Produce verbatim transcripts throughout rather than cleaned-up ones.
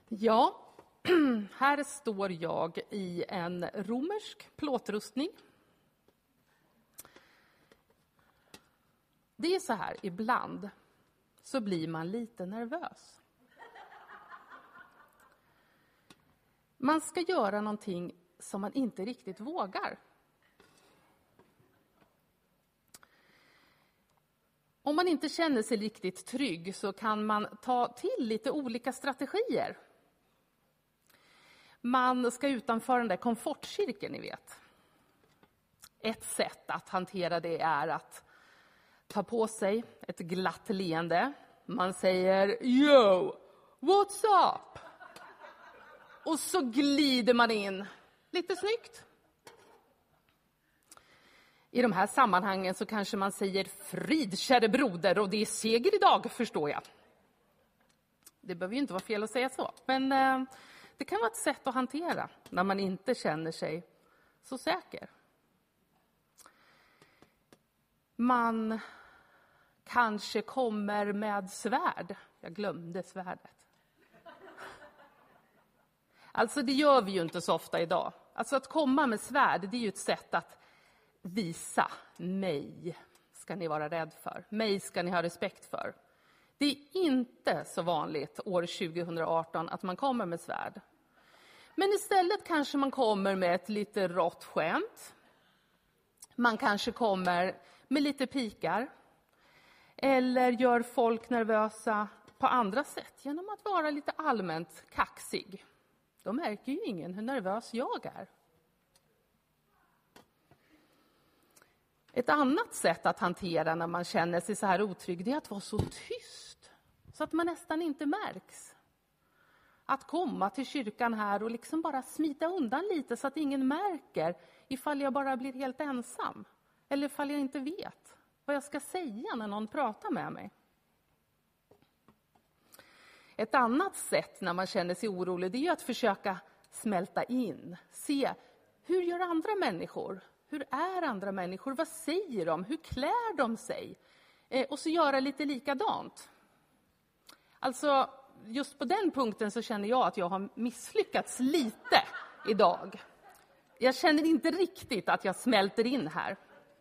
Ja, här står jag i en romersk plåtrustning. Det är så här, ibland så blir man lite nervös. Man ska göra någonting som man inte riktigt vågar. Om man inte känner sig riktigt trygg så kan man ta till lite olika strategier. Man ska utanför den där komfortcirkeln, ni vet. Ett sätt att hantera det är att ta på sig ett glatt leende. Man säger "Yo, what's up?" Och så glider man in lite snyggt. I de här sammanhangen så kanske man säger "Frid, käre broder, och det är seger idag, förstår jag." Det behöver ju inte vara fel att säga så, men eh, det kan vara ett sätt att hantera när man inte känner sig så säker. Man kanske kommer med svärd. Jag glömde svärdet. Alltså det gör vi ju inte så ofta idag. Alltså att komma med svärd, det är ju ett sätt att visa mig ska ni vara rädd för. Mig ska ni ha respekt för. Det är inte så vanligt år tjugohundraarton att man kommer med svärd. Men istället kanske man kommer med ett lite rått skämt. Man kanske kommer med lite pikar. Eller gör folk nervösa på andra sätt genom att vara lite allmänt kaxig. Då märker ju ingen hur nervös jag är. Ett annat sätt att hantera när man känner sig så här otrygg, det är att vara så tyst så att man nästan inte märks. Att komma till kyrkan här och liksom bara smita undan lite så att ingen märker ifall jag bara blir helt ensam. Eller ifall jag inte vet vad jag ska säga när någon pratar med mig. Ett annat sätt när man känner sig orolig, det är att försöka smälta in. Se, hur gör andra människor? Hur är andra människor? Vad säger de? Hur klär de sig? Eh, och så göra lite likadant. Alltså, just på den punkten så känner jag att jag har misslyckats lite idag. Jag känner inte riktigt att jag smälter in här.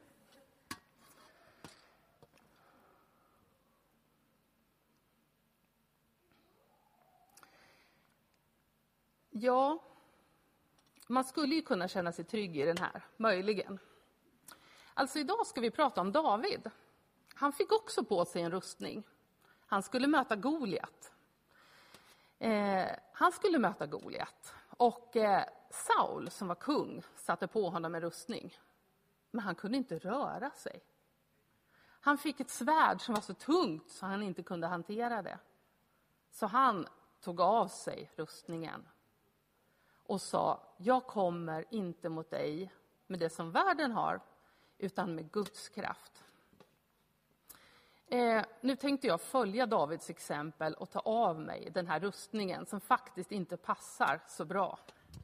Ja, man skulle ju kunna känna sig trygg i den här, möjligen. Alltså idag ska vi prata om David. Han fick också på sig en rustning. Han skulle möta Goliat. Eh, han skulle möta Goliat. Och eh, Saul, som var kung, satte på honom en rustning. Men han kunde inte röra sig. Han fick ett svärd som var så tungt så han inte kunde hantera det. Så han tog av sig rustningen. Och sa, jag kommer inte mot dig med det som världen har, utan med Guds kraft. Eh, nu tänkte jag följa Davids exempel och ta av mig den här rustningen som faktiskt inte passar så bra.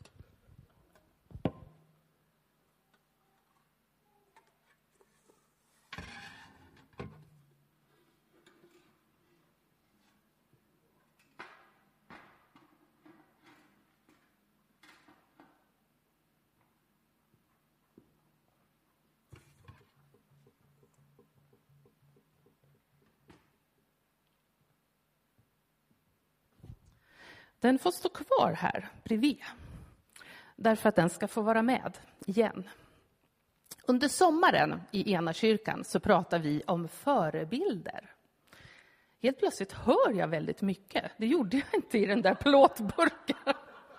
Den får stå kvar här bredvid. Därför att den ska få vara med igen. Under sommaren i Ena kyrkan så pratar vi om förebilder. Helt plötsligt hör jag väldigt mycket. Det gjorde jag inte i den där plåtburken.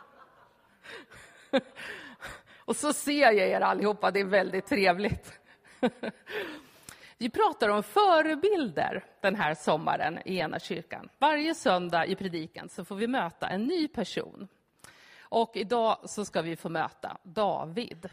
Och så ser jag er allihopa, det är väldigt trevligt. Vi pratar om förebilder den här sommaren i Ena kyrkan. Varje söndag i predikan så får vi möta en ny person. Och idag så ska vi få möta David.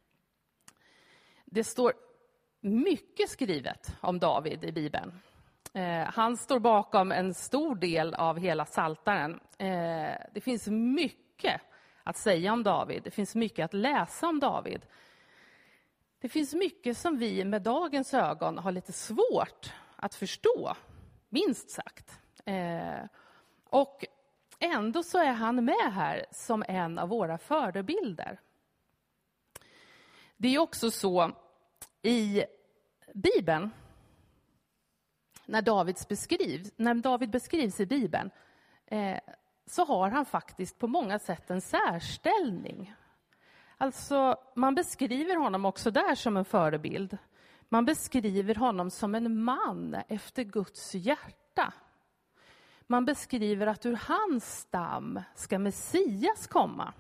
Det står mycket skrivet om David i Bibeln. Eh, han står bakom en stor del av hela Psaltaren. Eh, det finns mycket att säga om David. Det finns mycket att läsa om David. Det finns mycket som vi med dagens ögon har lite svårt att förstå, minst sagt. Eh, och ändå så är han med här som en av våra förebilder. Det är också så i Bibeln, när, Davids beskrivs, när David beskrivs i Bibeln, eh, så har han faktiskt på många sätt en särställning. Alltså, man beskriver honom också där som en förebild. Man beskriver honom som en man efter Guds hjärta. Man beskriver att ur hans stam ska Messias komma.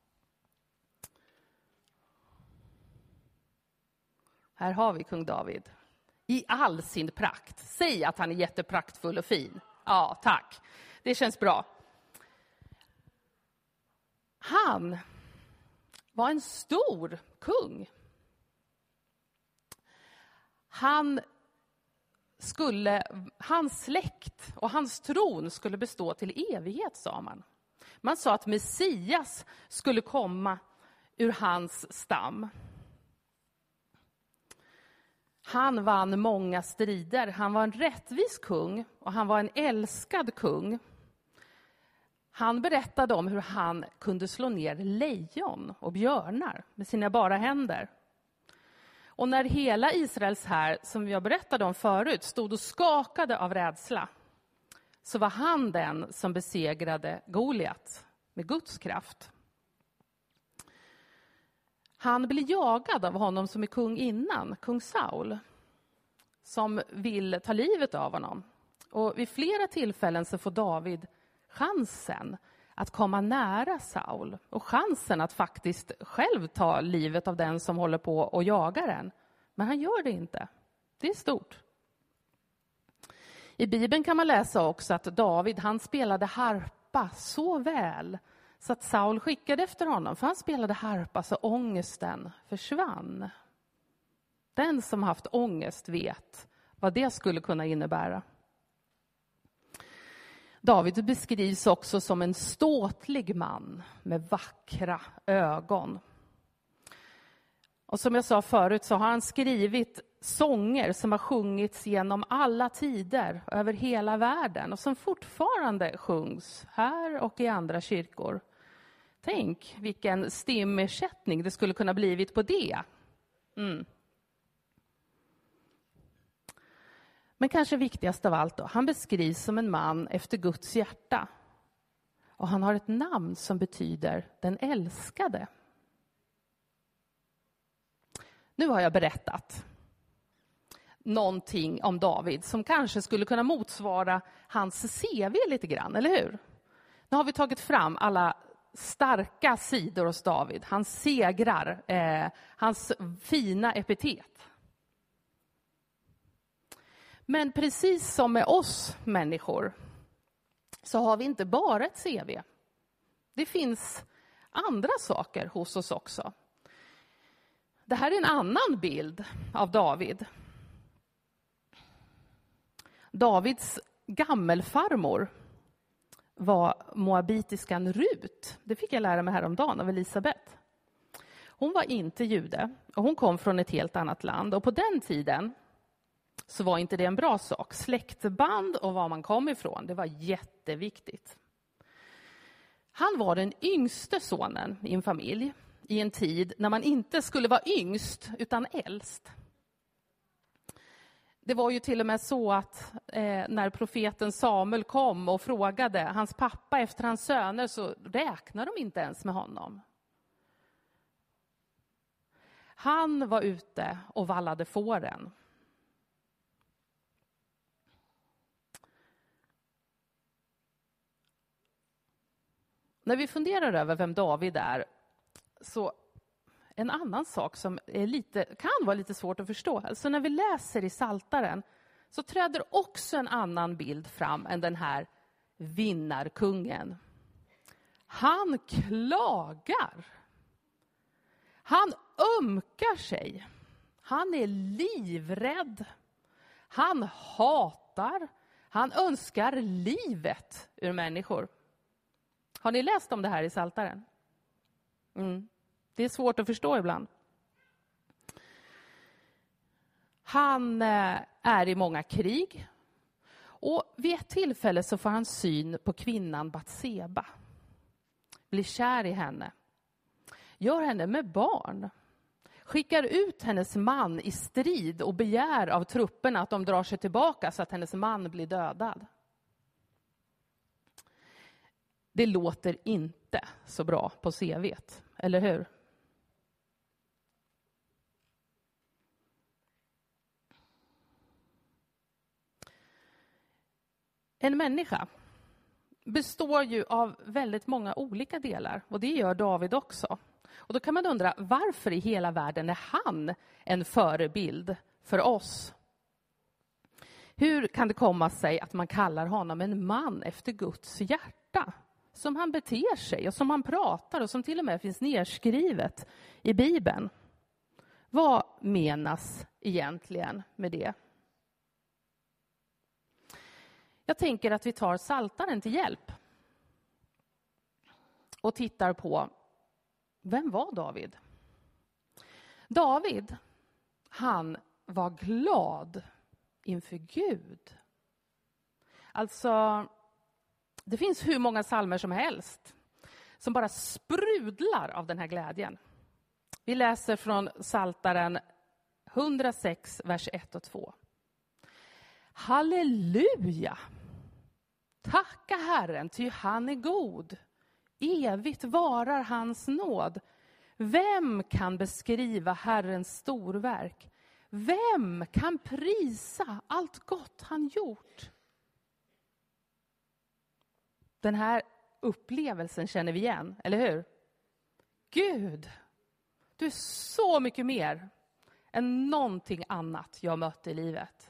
Här har vi kung David. I all sin prakt. Säg att han är jättepraktfull och fin. Ja, tack. Det känns bra. Han var en stor kung. Han skulle, hans släkt och hans tron skulle bestå till evighet, sa man. Man sa att Messias skulle komma ur hans stam. Han vann många strider. Han var en rättvis kung och han var en älskad kung. Han berättade om hur han kunde slå ner lejon och björnar med sina bara händer. Och när hela Israels här, som jag berättade om förut, stod och skakade av rädsla, så var han den som besegrade Goliat med Guds kraft. Han blir jagad av honom som är kung innan, kung Saul, som vill ta livet av honom. Och vid flera tillfällen så får David chansen att komma nära Saul och chansen att faktiskt själv ta livet av den som håller på och jagar en. Men han gör det inte. Det är stort. I Bibeln kan man läsa också att David, han spelade harpa så väl så att Saul skickade efter honom, för han spelade harpa så ångesten försvann. Den som haft ångest vet vad det skulle kunna innebära. David beskrivs också som en ståtlig man med vackra ögon. Och som jag sa förut så har han skrivit sånger som har sjungits genom alla tider över hela världen och som fortfarande sjungs här och i andra kyrkor. Tänk vilken stimersättning det skulle kunna blivit på det. Mm. Men kanske viktigast av allt då, han beskrivs som en man efter Guds hjärta. Och han har ett namn som betyder den älskade. Nu har jag berättat någonting om David som kanske skulle kunna motsvara hans C V lite grann, eller hur? Nu har vi tagit fram alla starka sidor hos David, hans segrar, eh, hans fina epitet. Men precis som med oss människor så har vi inte bara ett C V. Det finns andra saker hos oss också. Det här är en annan bild av David. Davids gammelfarmor var moabitiskan Rut. Det fick jag lära mig häromdagen av Elisabet. Hon var inte jude och hon kom från ett helt annat land. Och på den tiden så var inte det en bra sak. Släktband och var man kom ifrån, det var jätteviktigt. Han var den yngste sonen i en familj i en tid när man inte skulle vara yngst utan äldst. Det var ju till och med så att eh, när profeten Samuel kom och frågade hans pappa efter hans söner så räknade de inte ens med honom. Han var ute och vallade fåren. När vi funderar över vem David är, så en annan sak som är lite, kan vara lite svårt att förstå. Alltså när vi läser i Psaltaren så träder också en annan bild fram än den här vinnarkungen. Han klagar. Han ömkar sig. Han är livrädd. Han hatar. Han önskar livet ur människor. Har ni läst om det här i Psaltaren? Mm. Det är svårt att förstå ibland. Han är i många krig. Och vid ett tillfälle så får han syn på kvinnan Batseba. Blir kär i henne. Gör henne med barn. Skickar ut hennes man i strid och begär av trupperna att de drar sig tillbaka så att hennes man blir dödad. Det låter inte så bra på C V:t, eller hur? En människa består ju av väldigt många olika delar, och det gör David också. Och då kan man undra, varför i hela världen är han en förebild för oss? Hur kan det komma sig att man kallar honom en man efter Guds hjärta? Som han beter sig och som han pratar och som till och med finns nedskrivet i Bibeln. Vad menas egentligen med det? Jag tänker att vi tar Psaltaren till hjälp och tittar på, vem var David? David, han var glad inför Gud. Alltså, det finns hur många psalmer som helst som bara sprudlar av den här glädjen. Vi läser från Psaltaren hundrasex, vers ett och två. Halleluja! Tacka Herren, ty han är god. Evigt varar hans nåd. Vem kan beskriva Herrens storverk? Vem kan prisa allt gott han gjort? Den här upplevelsen känner vi igen, eller hur? Gud, du är så mycket mer än någonting annat jag mött i livet.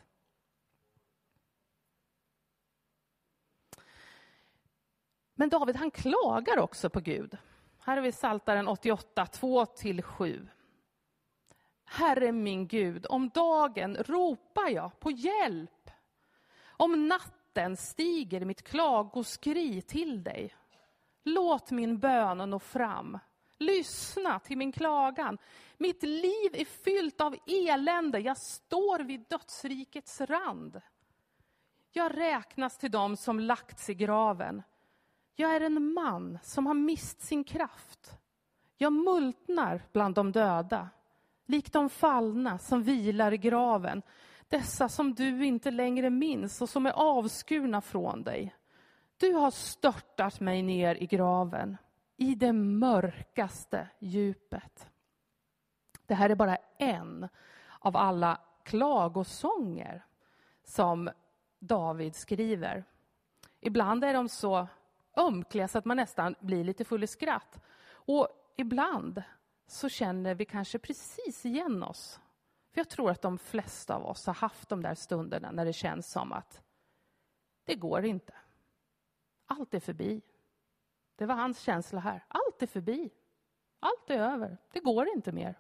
Men David, han klagar också på Gud. Här har vi Psaltaren åttioåtta, två till sju. Herre min Gud, om dagen ropar jag på hjälp. Om natten stiger mitt klagoskri till dig. Låt min bön nå fram. Lyssna till min klagan. Mitt liv är fyllt av elände. Jag står vid dödsrikets rand. Jag räknas till dem som lagts i graven. Jag är en man som har mist sin kraft. Jag multnar bland de döda, likt de fallna som vilar i graven. Dessa som du inte längre minns och som är avskurna från dig. Du har störtat mig ner i graven, i det mörkaste djupet. Det här är bara en av alla klagosånger som David skriver. Ibland är de så ömkliga så att man nästan blir lite full i skratt. Och ibland så känner vi kanske precis igen oss. För jag tror att de flesta av oss har haft de där stunderna när det känns som att det går inte. Allt är förbi. Det var hans känsla här. Allt är förbi. Allt är över. Det går inte mer.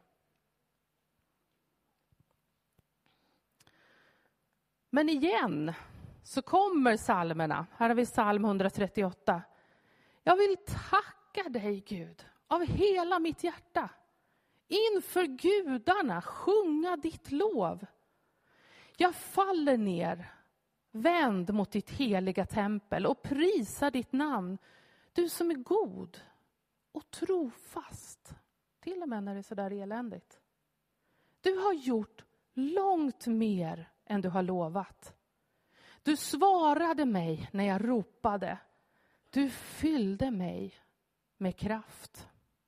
Men igen så kommer psalmerna. Här har vi psalm hundratrettioåtta. Jag vill tacka dig Gud av hela mitt hjärta. Inför gudarna sjunga ditt lov. Jag faller ner, vänd mot ditt heliga tempel och prisar ditt namn. Du som är god och trofast. Till och med när det är så där eländigt. Du har gjort långt mer än du har lovat. Du svarade mig när jag ropade. Du fyllde mig med kraft.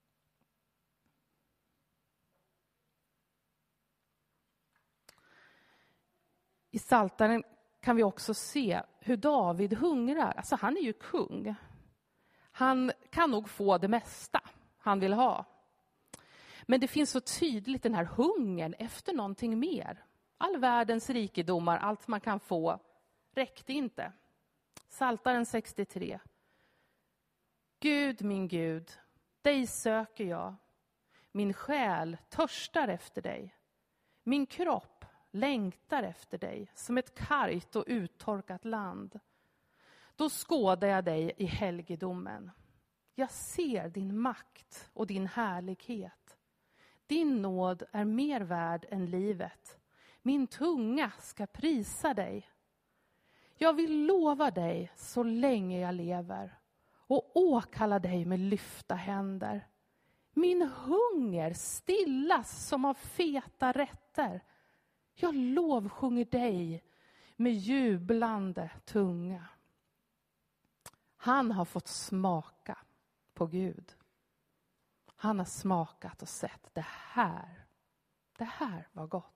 I Psaltaren kan vi också se hur David hungrar. Alltså han är ju kung. Han kan nog få det mesta han vill ha. Men det finns så tydligt den här hungern efter någonting mer. All världens rikedomar, allt man kan få, räckte inte. Psaltaren sextiotre. Gud, min Gud, dig söker jag. Min själ törstar efter dig. Min kropp längtar efter dig som ett kargt och uttorkat land. Då skådar jag dig i helgedomen. Jag ser din makt och din härlighet. Din nåd är mer värd än livet. Min tunga ska prisa dig. Jag vill lova dig så länge jag lever och åkalla dig med lyfta händer. Min hunger stillas som av feta rätter. Jag lovsjunger dig med jublande tunga. Han har fått smaka på Gud. Han har smakat och sett det här. Det här var gott.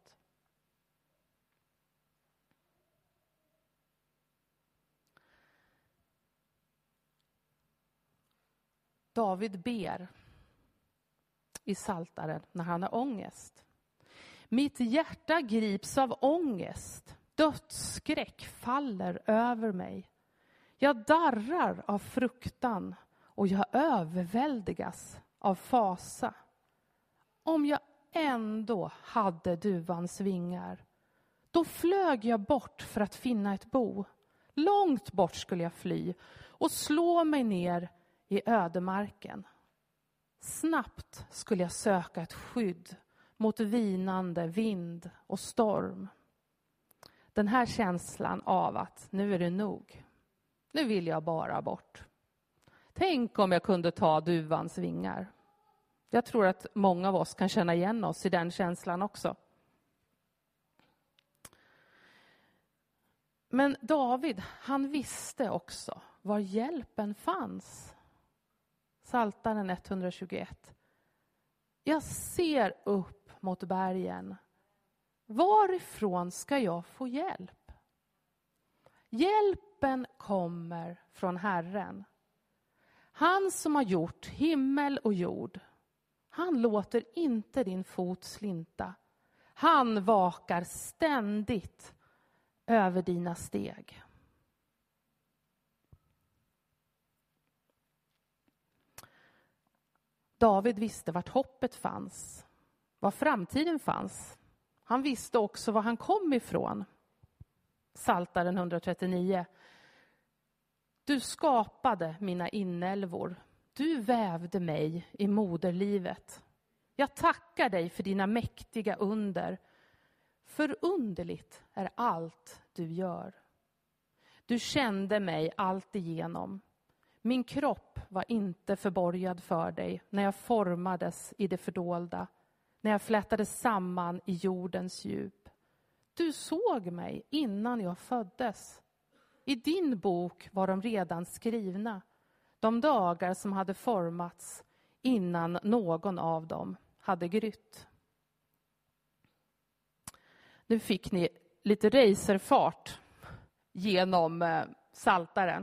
David ber i Psaltaren när han har ångest. Mitt hjärta grips av ångest. Dödsskräck faller över mig. Jag darrar av fruktan och jag överväldigas av fasa. Om jag ändå hade duvans vingar, då flög jag bort för att finna ett bo. Långt bort skulle jag fly och slå mig ner i ödemarken. Snabbt skulle jag söka ett skydd mot vinande vind och storm. Den här känslan av att nu är det nog. Nu vill jag bara bort. Tänk om jag kunde ta duvans vingar. Jag tror att många av oss kan känna igen oss i den känslan också. Men David, han visste också var hjälpen fanns. Psaltaren etthundratjugoett. Jag ser upp mot bergen. Varifrån ska jag få hjälp? Hjälpen kommer från Herren. Han som har gjort himmel och jord. Han låter inte din fot slinta. Han vakar ständigt över dina steg. David visste vart hoppet fanns, var framtiden fanns. Han visste också var han kom ifrån. Psaltaren etthundratrettionio. Du skapade mina inälvor. Du vävde mig i moderlivet. Jag tackar dig för dina mäktiga under. Förunderligt är allt du gör. Du kände mig allt igenom. Min kropp var inte förborgad för dig när jag formades i det fördolda, när jag flätades samman i jordens djup. Du såg mig innan jag föddes. I din bok var de redan skrivna, de dagar som hade formats innan någon av dem hade grytt. Nu fick ni lite racerfart genom eh, Psaltaren.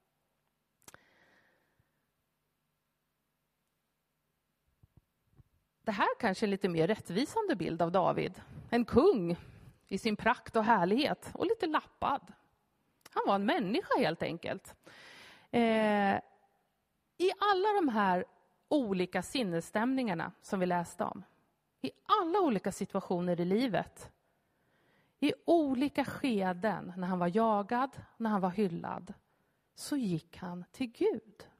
Det här kanske är lite mer rättvisande bild av David. En kung i sin prakt och härlighet och lite lappad. Han var en människa helt enkelt. Eh, I alla de här olika sinnesstämningarna som vi läste om. I alla olika situationer i livet. I olika skeden när han var jagad, när han var hyllad. Så gick han till Gud.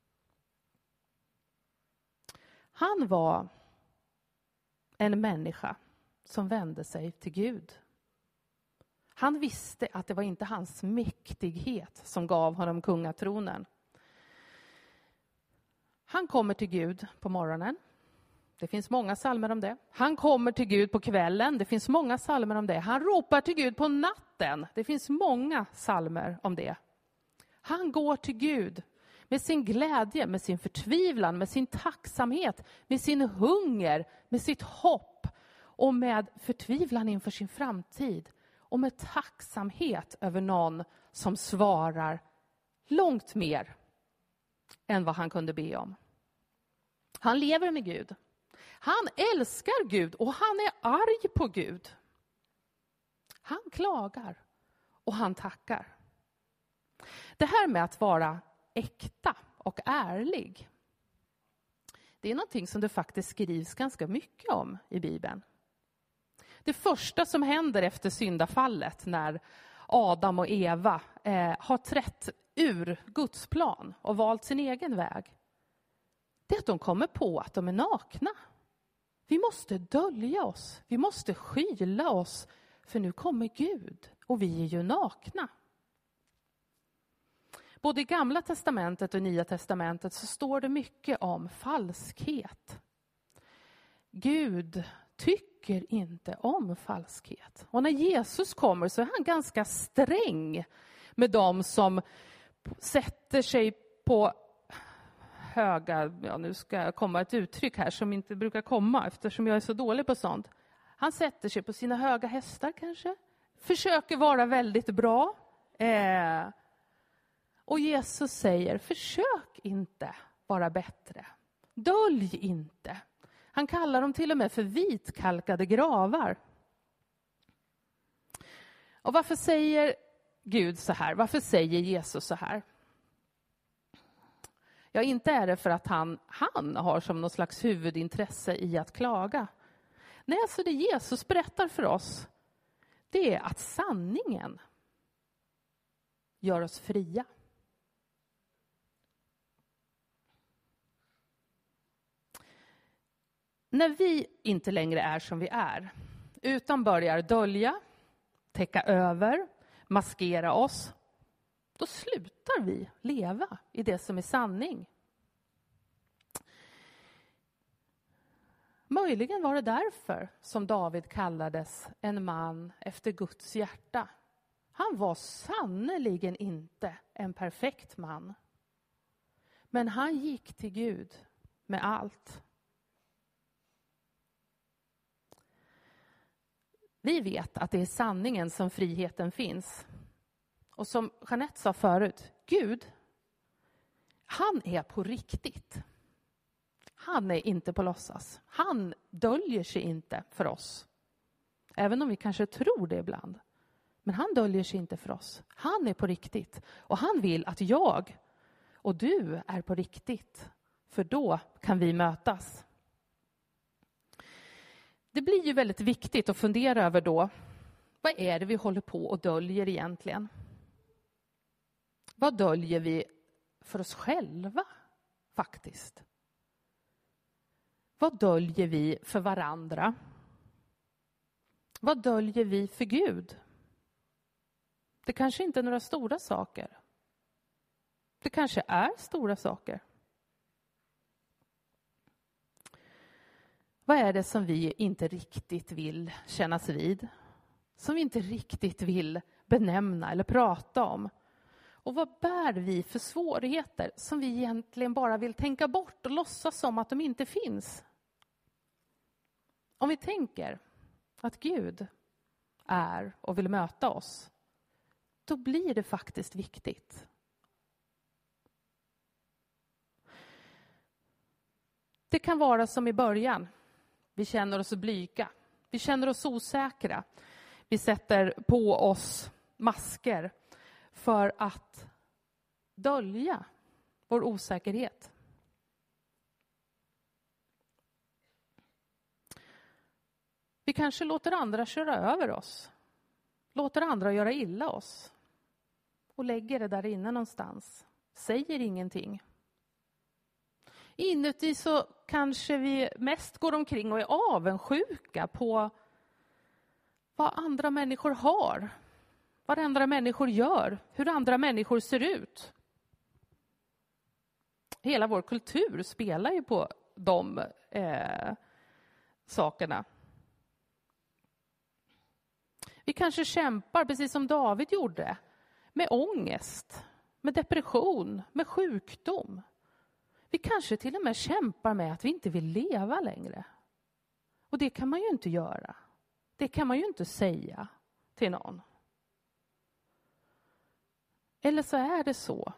Han var en människa som vände sig till Gud. Han visste att det var inte hans mäktighet som gav honom kungatronen. Han kommer till Gud på morgonen. Det finns många psalmer om det. Han kommer till Gud på kvällen. Det finns många psalmer om det. Han ropar till Gud på natten. Det finns många psalmer om det. Han går till Gud med sin glädje, med sin förtvivlan, med sin tacksamhet, med sin hunger, med sitt hopp och med förtvivlan inför sin framtid och med tacksamhet över någon som svarar långt mer än vad han kunde be om. Han lever med Gud. Han älskar Gud och han är arg på Gud. Han klagar och han tackar. Det här med att vara äkta och ärlig, det är någonting som det faktiskt skrivs ganska mycket om i Bibeln. Det första som händer efter syndafallet när Adam och Eva eh, har trätt ur Guds plan och valt sin egen väg, det är att de kommer på att de är nakna. Vi måste dölja oss, vi måste skyla oss, för nu kommer Gud och vi är ju nakna. Både i Gamla testamentet och Nya testamentet så står det mycket om falskhet. Gud tycker inte om falskhet. Och när Jesus kommer så är han ganska sträng med dem som sätter sig på höga, ja nu ska komma ett uttryck här som inte brukar komma eftersom jag är så dålig på sånt. Han sätter sig på sina höga hästar kanske. Försöker vara väldigt bra. Eh, och Jesus säger, försök inte vara bättre. Dölj inte. Han kallar dem till och med för vitkalkade gravar. Och varför säger Gud så här? Varför säger Jesus så här? Ja, inte är det för att han, han har som något slags huvudintresse i att klaga. Nej, alltså det Jesus berättar för oss, det är att sanningen gör oss fria. När vi inte längre är som vi är, utan börjar dölja, täcka över, maskera oss, då slutar vi leva i det som är sanning. Möjligen var det därför som David kallades en man efter Guds hjärta. Han var sannoliken inte en perfekt man. Men han gick till Gud med allt. Vi vet att det är sanningen som friheten finns. Och som Jeanette sa förut, Gud, han är på riktigt. Han är inte på låtsas. Han döljer sig inte för oss. Även om vi kanske tror det ibland. Men han döljer sig inte för oss. Han är på riktigt. Och han vill att jag och du är på riktigt. För då kan vi mötas. Det blir ju väldigt viktigt att fundera över då. Vad är det vi håller på och döljer egentligen? Vad döljer vi för oss själva faktiskt? Vad döljer vi för varandra? Vad döljer vi för Gud? Det kanske inte är några stora saker. Det kanske är stora saker. Vad är det som vi inte riktigt vill kännas vid? Som vi inte riktigt vill benämna eller prata om? Och vad bär vi för svårigheter som vi egentligen bara vill tänka bort och låtsas som att de inte finns? Om vi tänker att Gud är och vill möta oss, då blir det faktiskt viktigt. Det kan vara som i början. Vi känner oss blyga. Vi känner oss osäkra. Vi sätter på oss masker för att dölja vår osäkerhet. Vi kanske låter andra köra över oss. Låter andra göra illa oss. Och lägger det där inne någonstans. Säger ingenting. Inuti så kanske vi mest går omkring och är avundsjuka på vad andra människor har. Vad andra människor gör. Hur andra människor ser ut. Hela vår kultur spelar ju på de eh, sakerna. Vi kanske kämpar, precis som David gjorde, med ångest, med depression, med sjukdom. Vi kanske till och med kämpar med att vi inte vill leva längre. Och det kan man ju inte göra. Det kan man ju inte säga till någon. Eller så är det så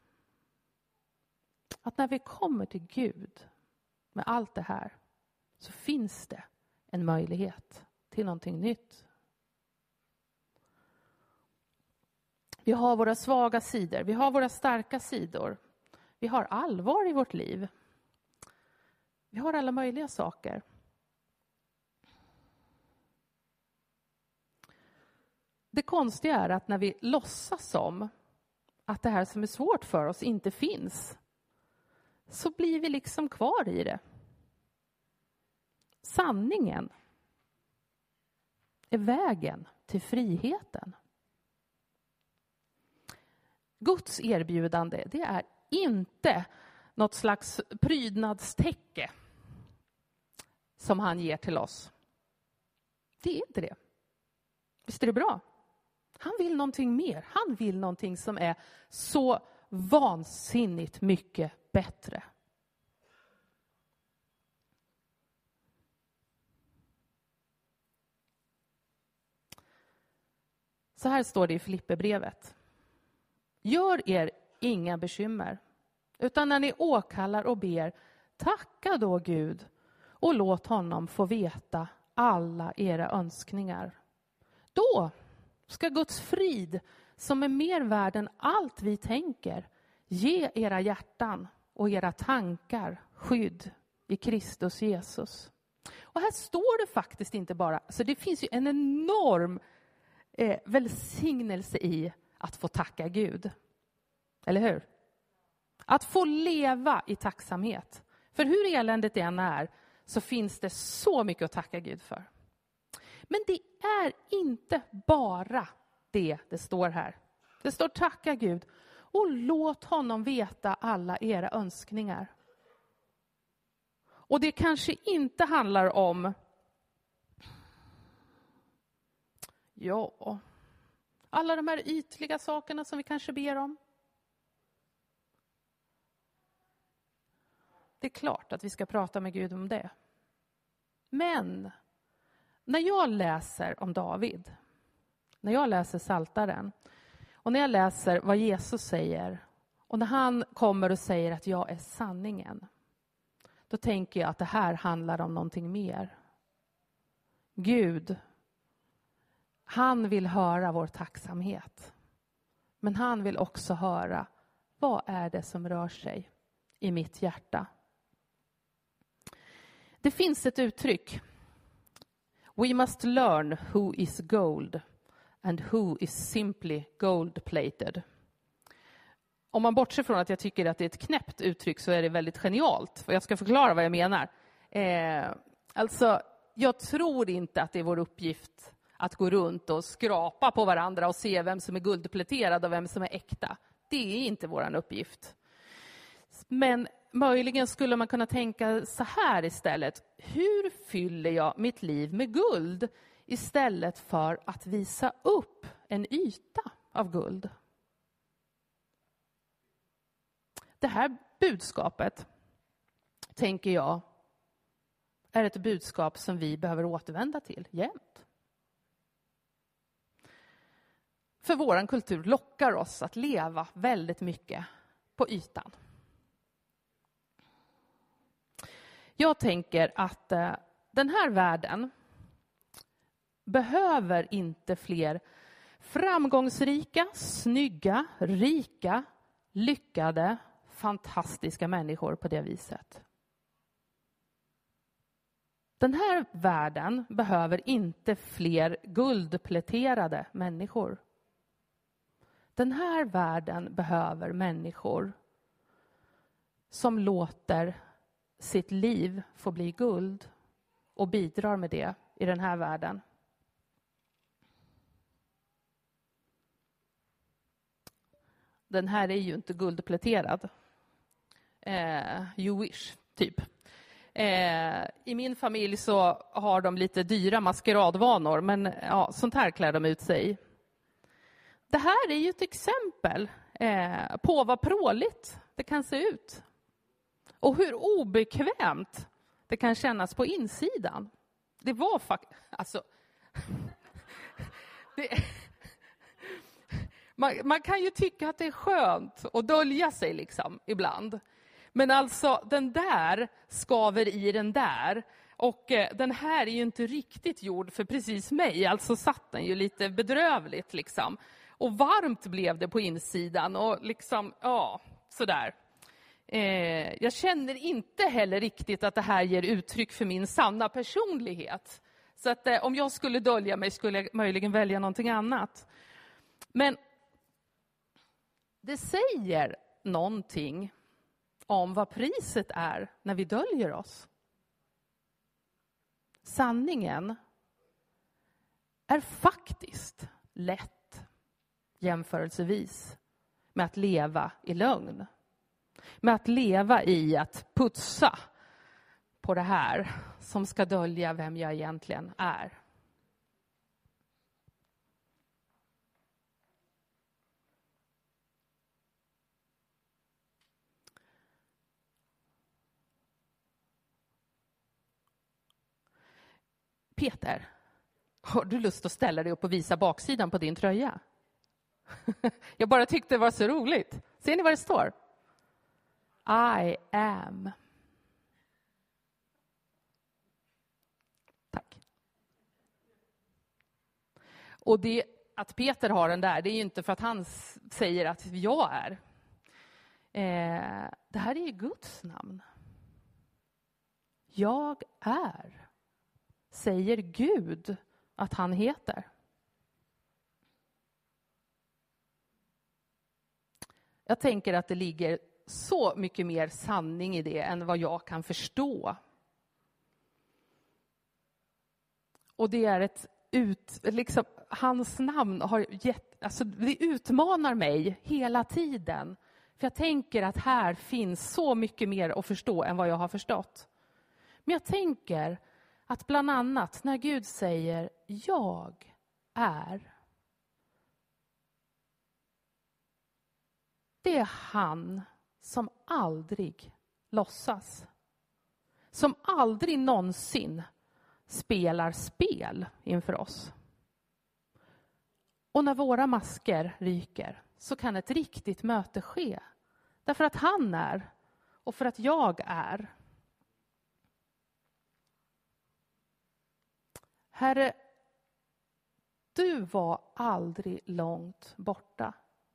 att när vi kommer till Gud med allt det här så finns det en möjlighet till någonting nytt. Vi har våra svaga sidor, vi har våra starka sidor. Vi har allvar i vårt liv. Vi har alla möjliga saker. Det konstiga är att när vi låtsas som att det här som är svårt för oss inte finns, så blir vi liksom kvar i det. Sanningen är vägen till friheten. Guds erbjudande, det är inte något slags prydnadstäcke som han ger till oss. Det är inte det. Visst är det bra? Han vill någonting mer. Han vill någonting som är så vansinnigt mycket bättre. Så här står det i Filipperbrevet. Gör er inga bekymmer, utan när ni åkallar och ber, tacka då Gud och låt honom få veta alla era önskningar. Då ska Guds frid, som är mer värd än allt vi tänker, ge era hjärtan och era tankar skydd i Kristus Jesus. Och här står det faktiskt inte bara, så det finns ju en enorm eh, välsignelse i att få tacka Gud. Eller hur? Att få leva i tacksamhet. För hur eländigt det än är så finns det så mycket att tacka Gud för. Men det är inte bara det det står här. Det står tacka Gud och låt honom veta alla era önskningar. Och det kanske inte handlar om ja, alla de här ytliga sakerna som vi kanske ber om. Det är klart att vi ska prata med Gud om det. Men när jag läser om David, när jag läser Psaltaren och när jag läser vad Jesus säger och när han kommer och säger att jag är sanningen, då tänker jag att det här handlar om någonting mer. Gud, han vill höra vår tacksamhet. Men han vill också höra, vad är det som rör sig i mitt hjärta? Det finns ett uttryck. We must learn who is gold and who is simply gold-plated. Om man bortser från att jag tycker att det är ett knäppt uttryck så är det väldigt genialt. Och jag ska förklara vad jag menar. Eh, alltså, jag tror inte att det är vår uppgift att gå runt och skrapa på varandra och se vem som är guldpläterad och vem som är äkta. Det är inte vår uppgift. Men möjligen skulle man kunna tänka så här istället. Hur fyller jag mitt liv med guld istället för att visa upp en yta av guld? Det här budskapet, tänker jag, är ett budskap som vi behöver återvända till jämt. För våran kultur lockar oss att leva väldigt mycket på ytan. Jag tänker att eh, den här världen behöver inte fler framgångsrika, snygga, rika, lyckade, fantastiska människor på det viset. Den här världen behöver inte fler guldpläterade människor. Den här världen behöver människor som låter sitt liv få bli guld och bidrar med det i den här världen. Den här är ju inte guldpläterad. Eh, you wish, typ. Eh, I min familj så har de lite dyra maskeradvanor, men ja, sånt här klär de ut sig. Det här är ju ett exempel eh, på vad pråligt det kan se ut. Och hur obekvämt det kan kännas på insidan. Det var faktiskt... Alltså, det, man, man kan ju tycka att det är skönt att dölja sig liksom ibland. Men alltså den där skaver i den där. Och eh, den här är ju inte riktigt gjord för precis mig. Alltså satt den ju lite bedrövligt liksom. Och varmt blev det på insidan. Och liksom, ja, sådär. Eh, jag känner inte heller riktigt att det här ger uttryck för min sanna personlighet. Så att eh, om jag skulle dölja mig skulle jag möjligen välja någonting annat. Men det säger någonting om vad priset är när vi döljer oss. Sanningen är faktiskt lätt jämförelsevis med att leva i lögn. Med att leva i att putsa på det här som ska dölja vem jag egentligen är. Peter, har du lust att ställa dig upp och visa baksidan på din tröja? Jag bara tyckte det var så roligt. Ser ni vad det står? I am. Tack. Och det att Peter har den där, det är ju inte för att han säger att jag är. Eh, det här är ju Guds namn. Jag är. Säger Gud att han heter. Jag tänker att det ligger så mycket mer sanning i det än vad jag kan förstå. Och det är ett ut, liksom, hans namn har gett, alltså det utmanar mig hela tiden. För jag tänker att här finns så mycket mer att förstå än vad jag har förstått. Men jag tänker att bland annat när Gud säger jag är. Det är han som aldrig låtsas. Som aldrig någonsin spelar spel inför oss. Och när våra masker ryker så kan ett riktigt möte ske. Därför att han är och för att jag är. Herre, du var aldrig långt borta.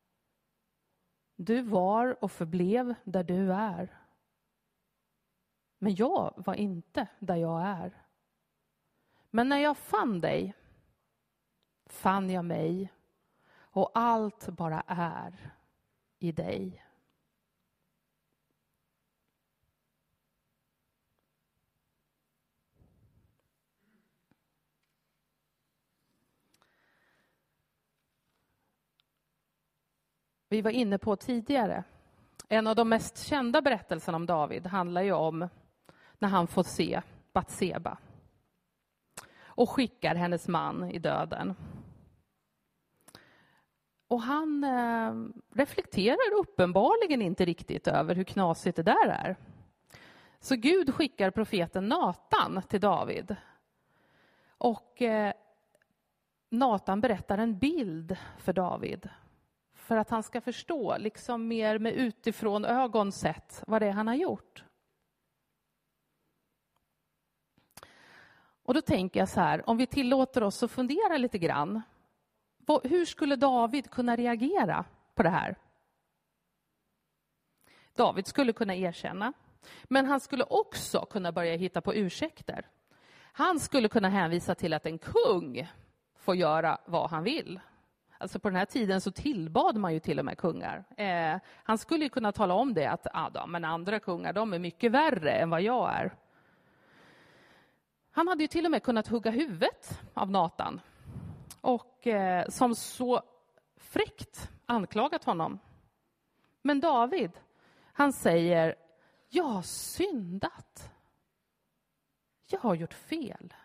Du var och förblev där du är. Men jag var inte där jag är. Men när jag fann dig, fann jag mig och allt bara är i dig. Vi var inne på tidigare. En av de mest kända berättelserna om David handlar ju om när han får se Batseba och skickar hennes man i döden. Och han eh, reflekterar uppenbarligen inte riktigt över hur knasigt det där är. Så Gud skickar profeten Natan till David. Och eh, Natan berättar en bild för David. För att han ska förstå, liksom mer med utifrån ögon sett, vad det är han har gjort. Och då tänker jag så här, om vi tillåter oss att fundera lite grann. Vad, hur skulle David kunna reagera på det här? David skulle kunna erkänna. Men han skulle också kunna börja hitta på ursäkter. Han skulle kunna hänvisa till att en kung får göra vad han vill. Alltså på den här tiden så tillbad man ju till och med kungar. Eh, han skulle ju kunna tala om det att ah, då, men andra kungar de är mycket värre än vad jag är. Han hade ju till och med kunnat hugga huvudet av Natan. Och eh, som så fräckt anklagat honom. Men David, han säger, jag har syndat. Jag har gjort fel.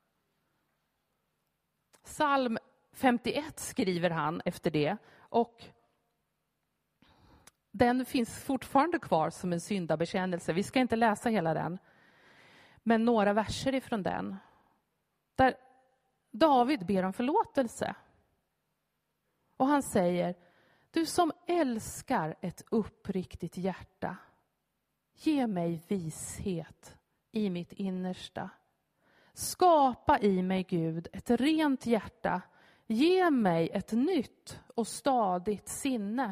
Psalm femtioett skriver han efter det. Och den finns fortfarande kvar som en syndabekännelse. Vi ska inte läsa hela den. Men några verser ifrån den. Där David ber om förlåtelse. Och han säger, du som älskar ett uppriktigt hjärta. Ge mig vishet i mitt innersta. Skapa i mig, Gud, ett rent hjärta. Ge mig ett nytt och stadigt sinne.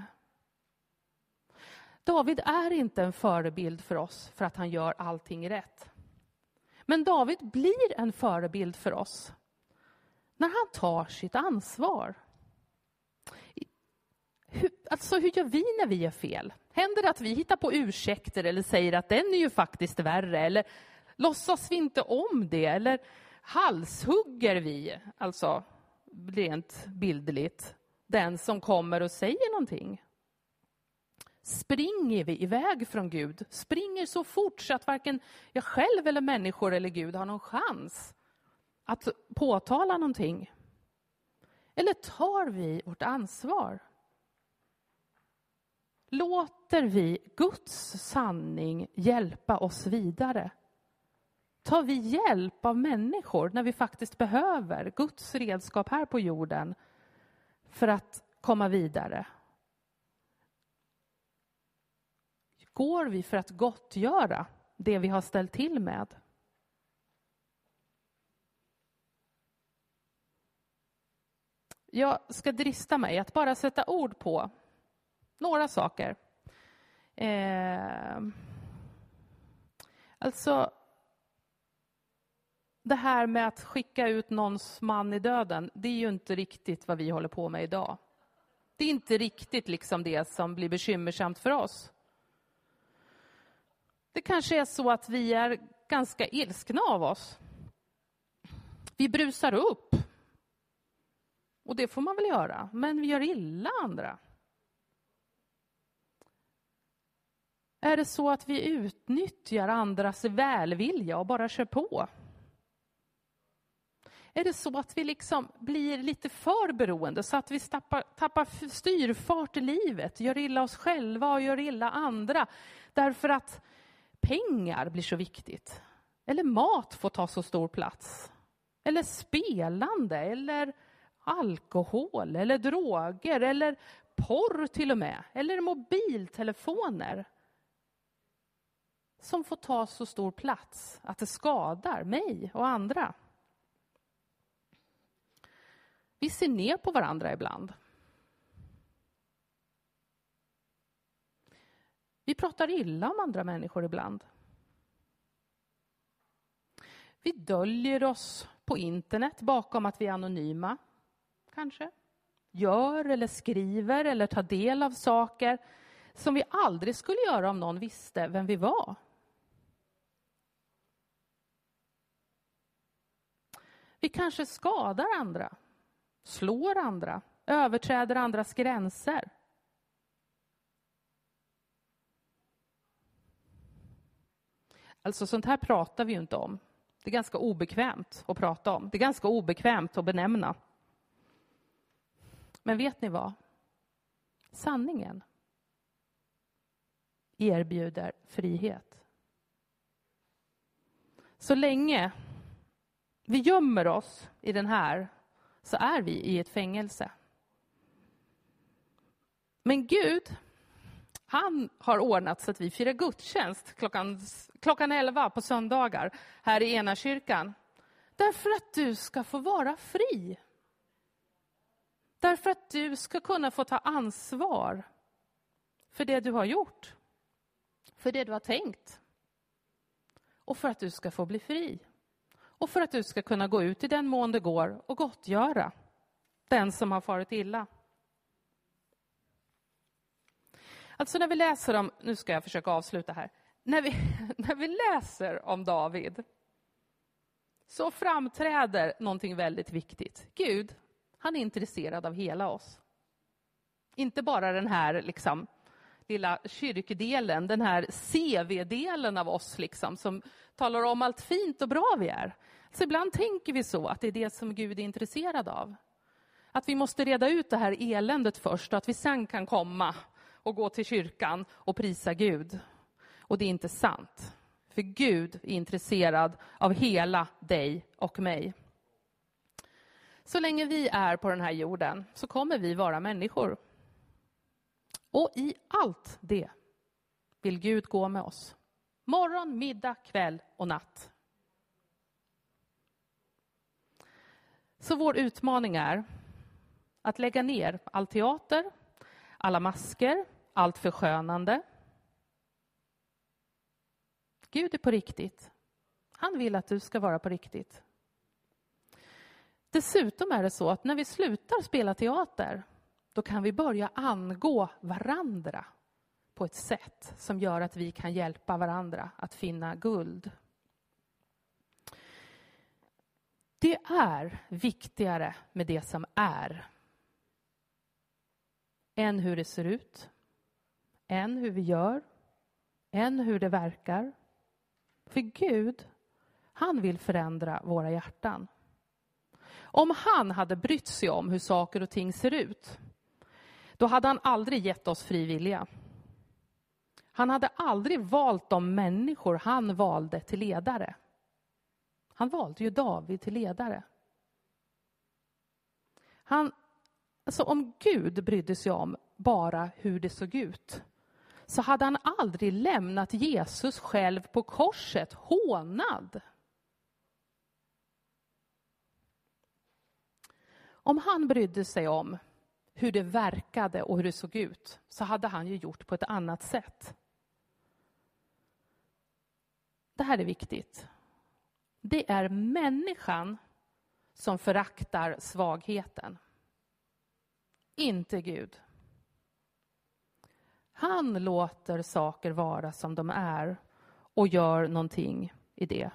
David är inte en förebild för oss för att han gör allting rätt. Men David blir en förebild för oss när han tar sitt ansvar. Hur, alltså hur gör vi när vi gör fel? Händer det att vi hittar på ursäkter eller säger att den är ju faktiskt värre? Eller låtsas vi inte om det? Eller halshugger vi, alltså rent bildligt, den som kommer och säger någonting? Springer vi iväg från Gud? Springer så fort så att varken jag själv eller människor eller Gud har någon chans att påtala någonting? Eller tar vi vårt ansvar? Låter vi Guds sanning hjälpa oss vidare? Tar vi hjälp av människor när vi faktiskt behöver Guds redskap här på jorden för att komma vidare? Går vi för att gottgöra det vi har ställt till med? Jag ska drista mig att bara sätta ord på några saker. Eh, alltså, det här med att skicka ut någons man i döden, det är ju inte riktigt vad vi håller på med idag. Det är inte riktigt liksom det som blir bekymmersamt för oss. Det kanske är så att vi är ganska ilskna av oss. Vi brusar upp. Och det får man väl göra. Men vi gör illa andra. Är det så att vi utnyttjar andras välvilja och bara kör på? Är det så att vi liksom blir lite för beroende så att vi tappar, tappar styrfart i livet, gör illa oss själva och gör illa andra därför att pengar blir så viktigt? Eller mat får ta så stor plats? Eller spelande? Eller alkohol? Eller droger? Eller porr till och med? Eller mobiltelefoner? Som får ta så stor plats att det skadar mig och andra. Vi ser ner på varandra ibland. Vi pratar illa om andra människor ibland. Vi döljer oss på internet bakom att vi är anonyma, kanske. Gör eller skriver eller tar del av saker som vi aldrig skulle göra om någon visste vem vi var. Vi kanske skadar andra, slår andra, överträder andras gränser. Alltså sånt här pratar vi ju inte om. Det är ganska obekvämt att prata om. Det är ganska obekvämt att benämna. Men vet ni vad? Sanningen erbjuder frihet. Så länge vi gömmer oss i den här så är vi i ett fängelse. Men Gud, han har ordnat så att vi firar gudstjänst klockan, klockan elva på söndagar här i ena kyrkan. Därför att du ska få vara fri. Därför att du ska kunna få ta ansvar för det du har gjort. För det du har tänkt. Och för att du ska få bli fri. Och för att du ska kunna gå ut i den mån det går och gottgöra den som har farit illa. Alltså när vi läser om, nu ska jag försöka avsluta här. När vi, när vi läser om David så framträder någonting väldigt viktigt. Gud, han är intresserad av hela oss. Inte bara den här liksom, lilla kyrkdelen, den här C V-delen av oss liksom, som talar om allt fint och bra vi är. Så ibland tänker vi så att det är det som Gud är intresserad av. Att vi måste reda ut det här eländet först och att vi sen kan komma och gå till kyrkan och prisa Gud. Och det är inte sant. För Gud är intresserad av hela dig och mig. Så länge vi är på den här jorden så kommer vi vara människor. Och i allt det vill Gud gå med oss. Morgon, middag, kväll och natt. Så vår utmaning är att lägga ner all teater, alla masker, allt förskönande. Gud är på riktigt. Han vill att du ska vara på riktigt. Dessutom är det så att när vi slutar spela teater, då kan vi börja angå varandra på ett sätt som gör att vi kan hjälpa varandra att finna guld. Det är viktigare med det som är än hur det ser ut, än hur vi gör, än hur det verkar. För Gud, han vill förändra våra hjärtan. Om han hade brytt sig om hur saker och ting ser ut, då hade han aldrig gett oss fri vilja. Han hade aldrig valt de människor han valde till ledare. Han valde ju David till ledare. Han, alltså om Gud brydde sig om bara hur det såg ut, så hade han aldrig lämnat Jesus själv på korset hånad. Om han brydde sig om hur det verkade och hur det såg ut, så hade han ju gjort på ett annat sätt. Det här är viktigt. Det är människan som föraktar svagheten. Inte Gud. Han låter saker vara som de är och gör någonting i det.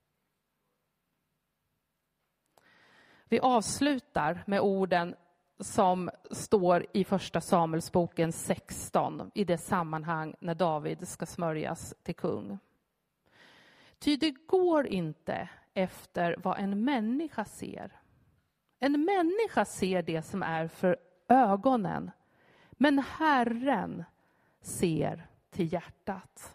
Vi avslutar med orden som står i första Samuelsboken sexton i det sammanhang när David ska smörjas till kung. Ty det går inte efter vad en människa ser. En människa ser det som är för ögonen, men Herren ser till hjärtat.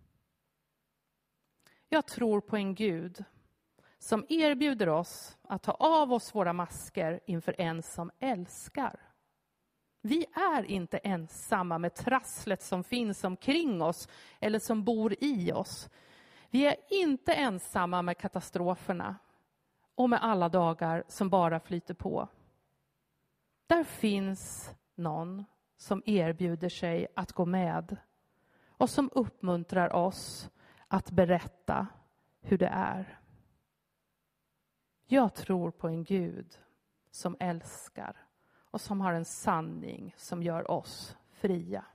Jag tror på en Gud som erbjuder oss att ta av oss våra masker inför en som älskar. Vi är inte ensamma med trasslet som finns omkring oss eller som bor i oss. Vi är inte ensamma med katastroferna och med alla dagar som bara flyter på. Där finns någon som erbjuder sig att gå med och som uppmuntrar oss att berätta hur det är. Jag tror på en Gud som älskar och som har en sanning som gör oss fria.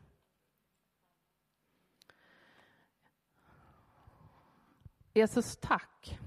Jesus, tack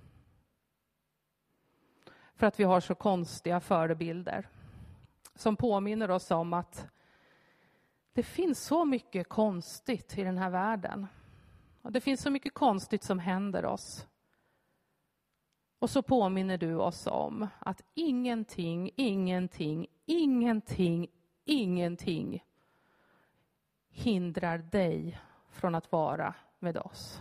för att vi har så konstiga förebilder som påminner oss om att det finns så mycket konstigt i den här världen. Och det finns så mycket konstigt som händer oss. Och så påminner du oss om att ingenting, ingenting, ingenting, ingenting hindrar dig från att vara med oss.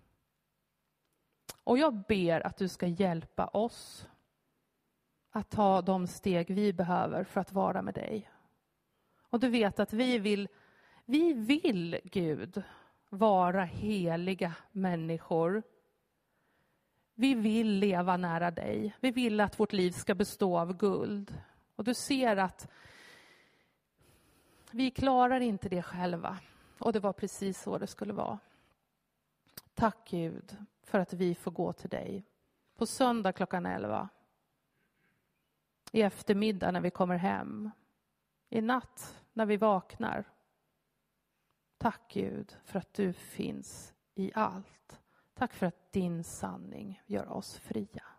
Och jag ber att du ska hjälpa oss att ta de steg vi behöver för att vara med dig. Och du vet att vi vill, vi vill Gud, vara heliga människor. Vi vill leva nära dig. Vi vill att vårt liv ska bestå av guld. Och du ser att vi klarar inte det själva. Och det var precis så det skulle vara. Tack Gud för att vi får gå till dig på söndag klockan elva. I eftermiddag när vi kommer hem. I natt när vi vaknar. Tack Gud för att du finns i allt. Tack för att din sanning gör oss fria.